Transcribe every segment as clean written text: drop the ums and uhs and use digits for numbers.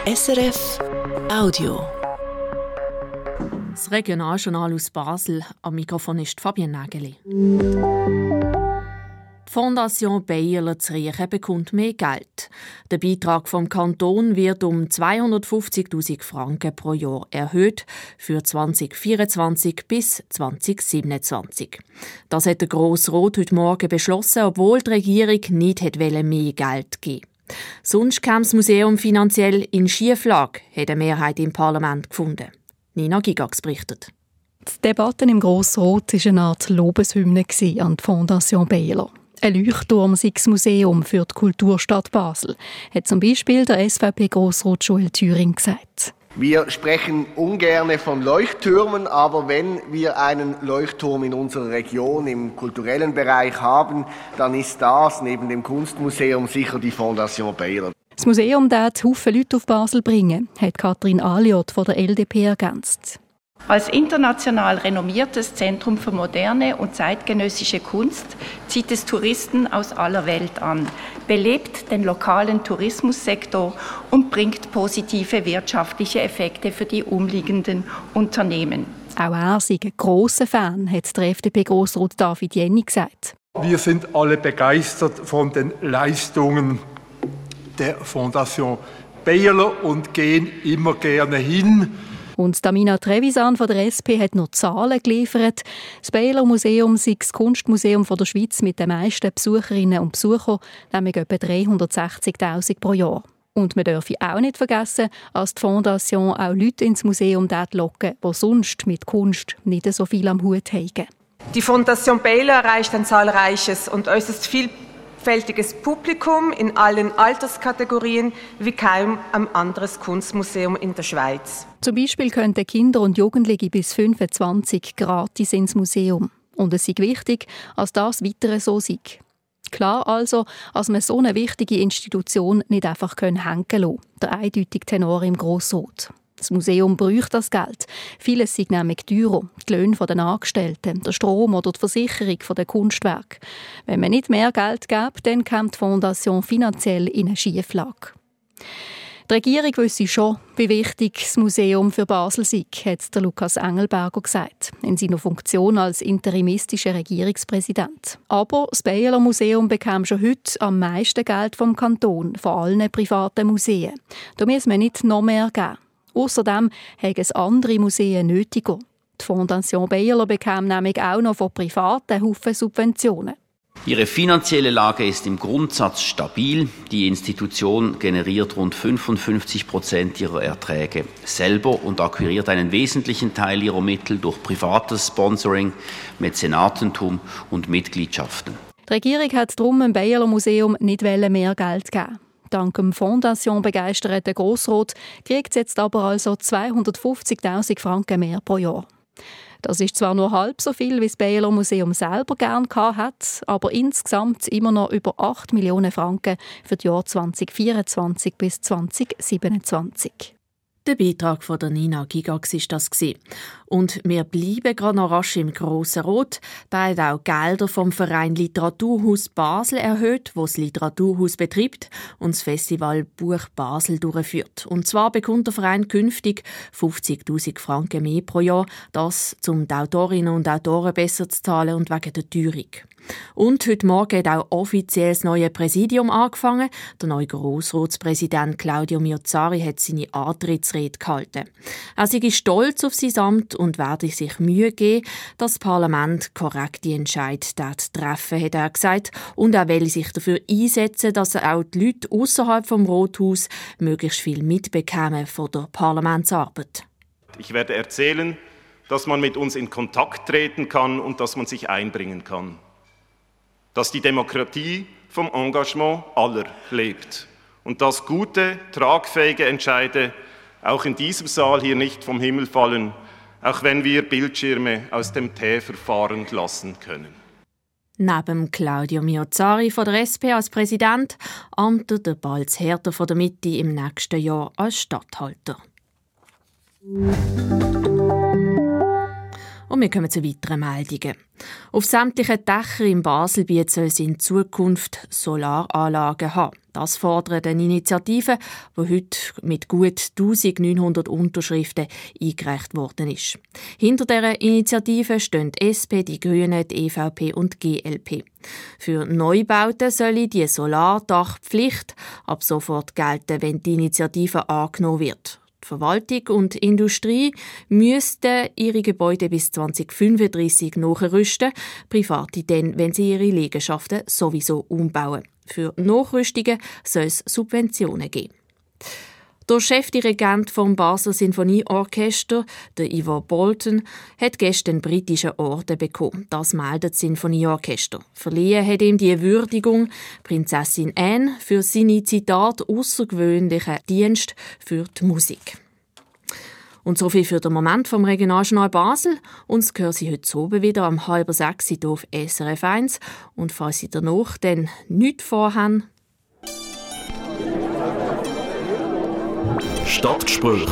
SRF Audio. Das Regionaljournal aus Basel. Am Mikrofon ist Fabienne Nägeli. Die Fondation Bayerler zu Riechen bekommt mehr Geld. Der Beitrag vom Kanton wird um 250'000 Franken pro Jahr erhöht für 2024 bis 2027. Das hat der Grosse Rat heute Morgen beschlossen, obwohl die Regierung nicht mehr Geld geben wollte. Sonst kam das Museum finanziell in Schieflage, hat eine Mehrheit im Parlament gefunden. Nina Gigax berichtet. Die Debatte im Grossen Rat war eine Art Lobeshymne an die Fondation Bayerler. Ein Leuchtturm sei das Museum für die Kulturstadt Basel, hat zum Beispiel der SVP-Grossrat Joel Thüring gesagt. Wir sprechen ungern von Leuchttürmen, aber wenn wir einen Leuchtturm in unserer Region im kulturellen Bereich haben, dann ist das neben dem Kunstmuseum sicher die Fondation Bayerler. Das Museum wird Haufen Leute auf Basel bringen, hat Katrin Aliot von der LDP ergänzt. Als international renommiertes Zentrum für moderne und zeitgenössische Kunst zieht es Touristen aus aller Welt an, belebt den lokalen Tourismussektor und bringt positive wirtschaftliche Effekte für die umliegenden Unternehmen. Auch er sei ein grosser Fan, hat der FDP-Grossrat David Jenny gesagt. Wir sind alle begeistert von den Leistungen der Fondation Bayerler und gehen immer gerne hin. Und Tamina Trevisan von der SP hat noch Zahlen geliefert. Das Bayerler Museum sei das Kunstmuseum der Schweiz mit den meisten Besucherinnen und Besuchern, nämlich etwa 360'000 pro Jahr. Und man dürfe auch nicht vergessen, dass die Fondation auch Leute ins Museum locken, die sonst mit Kunst nicht so viel am Hut haben. Die Fondation Bayerler erreicht ein zahlreiches und äußerst vielfältiges Publikum in allen Alterskategorien wie kaum ein anderes Kunstmuseum in der Schweiz. Zum Beispiel könnten Kinder und Jugendliche bis 25 gratis ins Museum. Und es ist wichtig, dass das weiter so sei. Klar also, dass man so eine wichtige Institution nicht einfach hängen lassen kann. Der eindeutige Tenor im Grossrat. Das Museum bräuchte das Geld. Vieles sei nämlich teurer. Die Löhne der Angestellten, der Strom oder die Versicherung der Kunstwerke. Wenn man nicht mehr Geld gibt, dann kommt die Fondation finanziell in eine Schieflage. Die Regierung wisse schon, wie wichtig das Museum für Basel sei, hat der Lukas Engelberger gesagt, in seiner Funktion als interimistischer Regierungspräsident. Aber das Bayerler Museum bekam schon heute am meisten Geld vom Kanton, von allen privaten Museen. Da muss man nicht noch mehr geben. Außerdem haben es andere Museen nötiger. Die Fondation Bayerler bekam nämlich auch noch von privaten Haufen Subventionen. Ihre finanzielle Lage ist im Grundsatz stabil. Die Institution generiert rund 55% ihrer Erträge selber und akquiriert einen wesentlichen Teil ihrer Mittel durch privates Sponsoring, Mäzenatentum und Mitgliedschaften. Die Regierung hat darum dem Bayerler Museum nicht mehr Geld geben. Dank dem Fondation-begeisterten Grossrat kriegt es jetzt aber also 250'000 Franken mehr pro Jahr. Das ist zwar nur halb so viel, wie das Bayerler Museum selber gerne hat, aber insgesamt immer noch über 8 Millionen Franken für die Jahre 2024 bis 2027. Der Beitrag von der Nina Gigax war das. Und wir bleiben gerade noch rasch im Grossen Rat. Da hat auch Gelder vom Verein Literaturhaus Basel erhöht, wo das Literaturhaus betreibt und das Festival Buch Basel durchführt. Und zwar bekommt der Verein künftig 50'000 Franken mehr pro Jahr. Das, um die Autorinnen und Autoren besser zu zahlen und wegen der Teuerung. Und heute Morgen hat auch offiziell das neue Präsidium angefangen. Der neue Grossratspräsident Claudio Miozari hat seine Antrittsrede gehalten. Er sei stolz auf sein Amt und werde sich Mühe geben, dass das Parlament korrekte Entscheide treffen, hat er gesagt. Und er will sich dafür einsetzen, dass auch die Leute außerhalb vom Rathaus möglichst viel mitbekommen von der Parlamentsarbeit. Ich werde erzählen, dass man mit uns in Kontakt treten kann und dass man sich einbringen kann. Dass die Demokratie vom Engagement aller lebt und dass gute, tragfähige Entscheide auch in diesem Saal hier nicht vom Himmel fallen, auch wenn wir Bildschirme aus dem Täfer fahren lassen können. Neben Claudio Miozari von der SP als Präsident amtet der Balz Herter von der Mitte im nächsten Jahr als Statthalter. Und wir kommen zu weiteren Meldungen. Auf sämtlichen Dächern im Baselbiet soll es in Zukunft Solaranlagen haben. Das fordert eine Initiative, die heute mit gut 1900 Unterschriften eingereicht worden ist. Hinter dieser Initiative stehen die SP, die Grünen, die EVP und die GLP. Für Neubauten soll die Solardachpflicht ab sofort gelten, wenn die Initiative angenommen wird. Die Verwaltung und die Industrie müssten ihre Gebäude bis 2035 nachrüsten, Private dann, wenn sie ihre Liegenschaften sowieso umbauen. Für Nachrüstungen soll es Subventionen geben. Der Chefdirigent vom Basler Sinfonieorchester, der Ivor Bolton, hat gestern einen britischen Orden bekommen. Das meldet das Sinfonieorchester. Verliehen hat ihm die Würdigung Prinzessin Anne für seine Zitat außergewöhnlichen Dienst für die Musik. Und so viel für den Moment vom Regionaljournal Basel. Uns hören Sie heute oben wieder um 5:30 hier auf SRF 1. Und falls Sie danach dann nichts vorhaben, Stadtgespräch.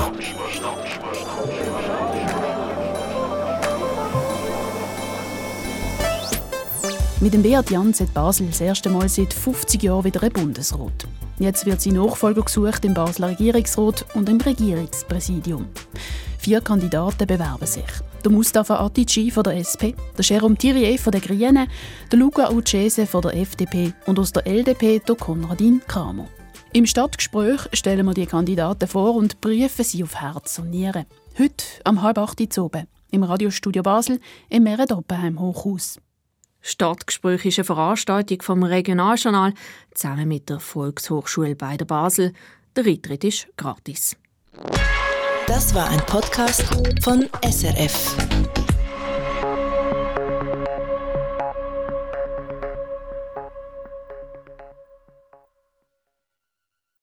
Mit dem Beat Jans hat Basel das erste Mal seit 50 Jahren wieder einen Bundesrat. Jetzt wird sein Nachfolger gesucht im Basler Regierungsrat und im Regierungspräsidium. 4 Kandidaten bewerben sich. Der Mustafa Atici von der SP, der Jérôme Thirier von den Grünen, der Luca Uccese von der FDP und aus der LDP der Konradin Kramer. Im Stadtgespräch stellen wir die Kandidaten vor und prüfen sie auf Herz und Nieren. Heute am 7:30 Uhr oben im Radiostudio Basel im Meret-Oppenheim-Hochhaus. Stadtgespräch ist eine Veranstaltung vom Regionaljournal zusammen mit der Volkshochschule bei der Basel. Der Eintritt ist gratis. Das war ein Podcast von SRF.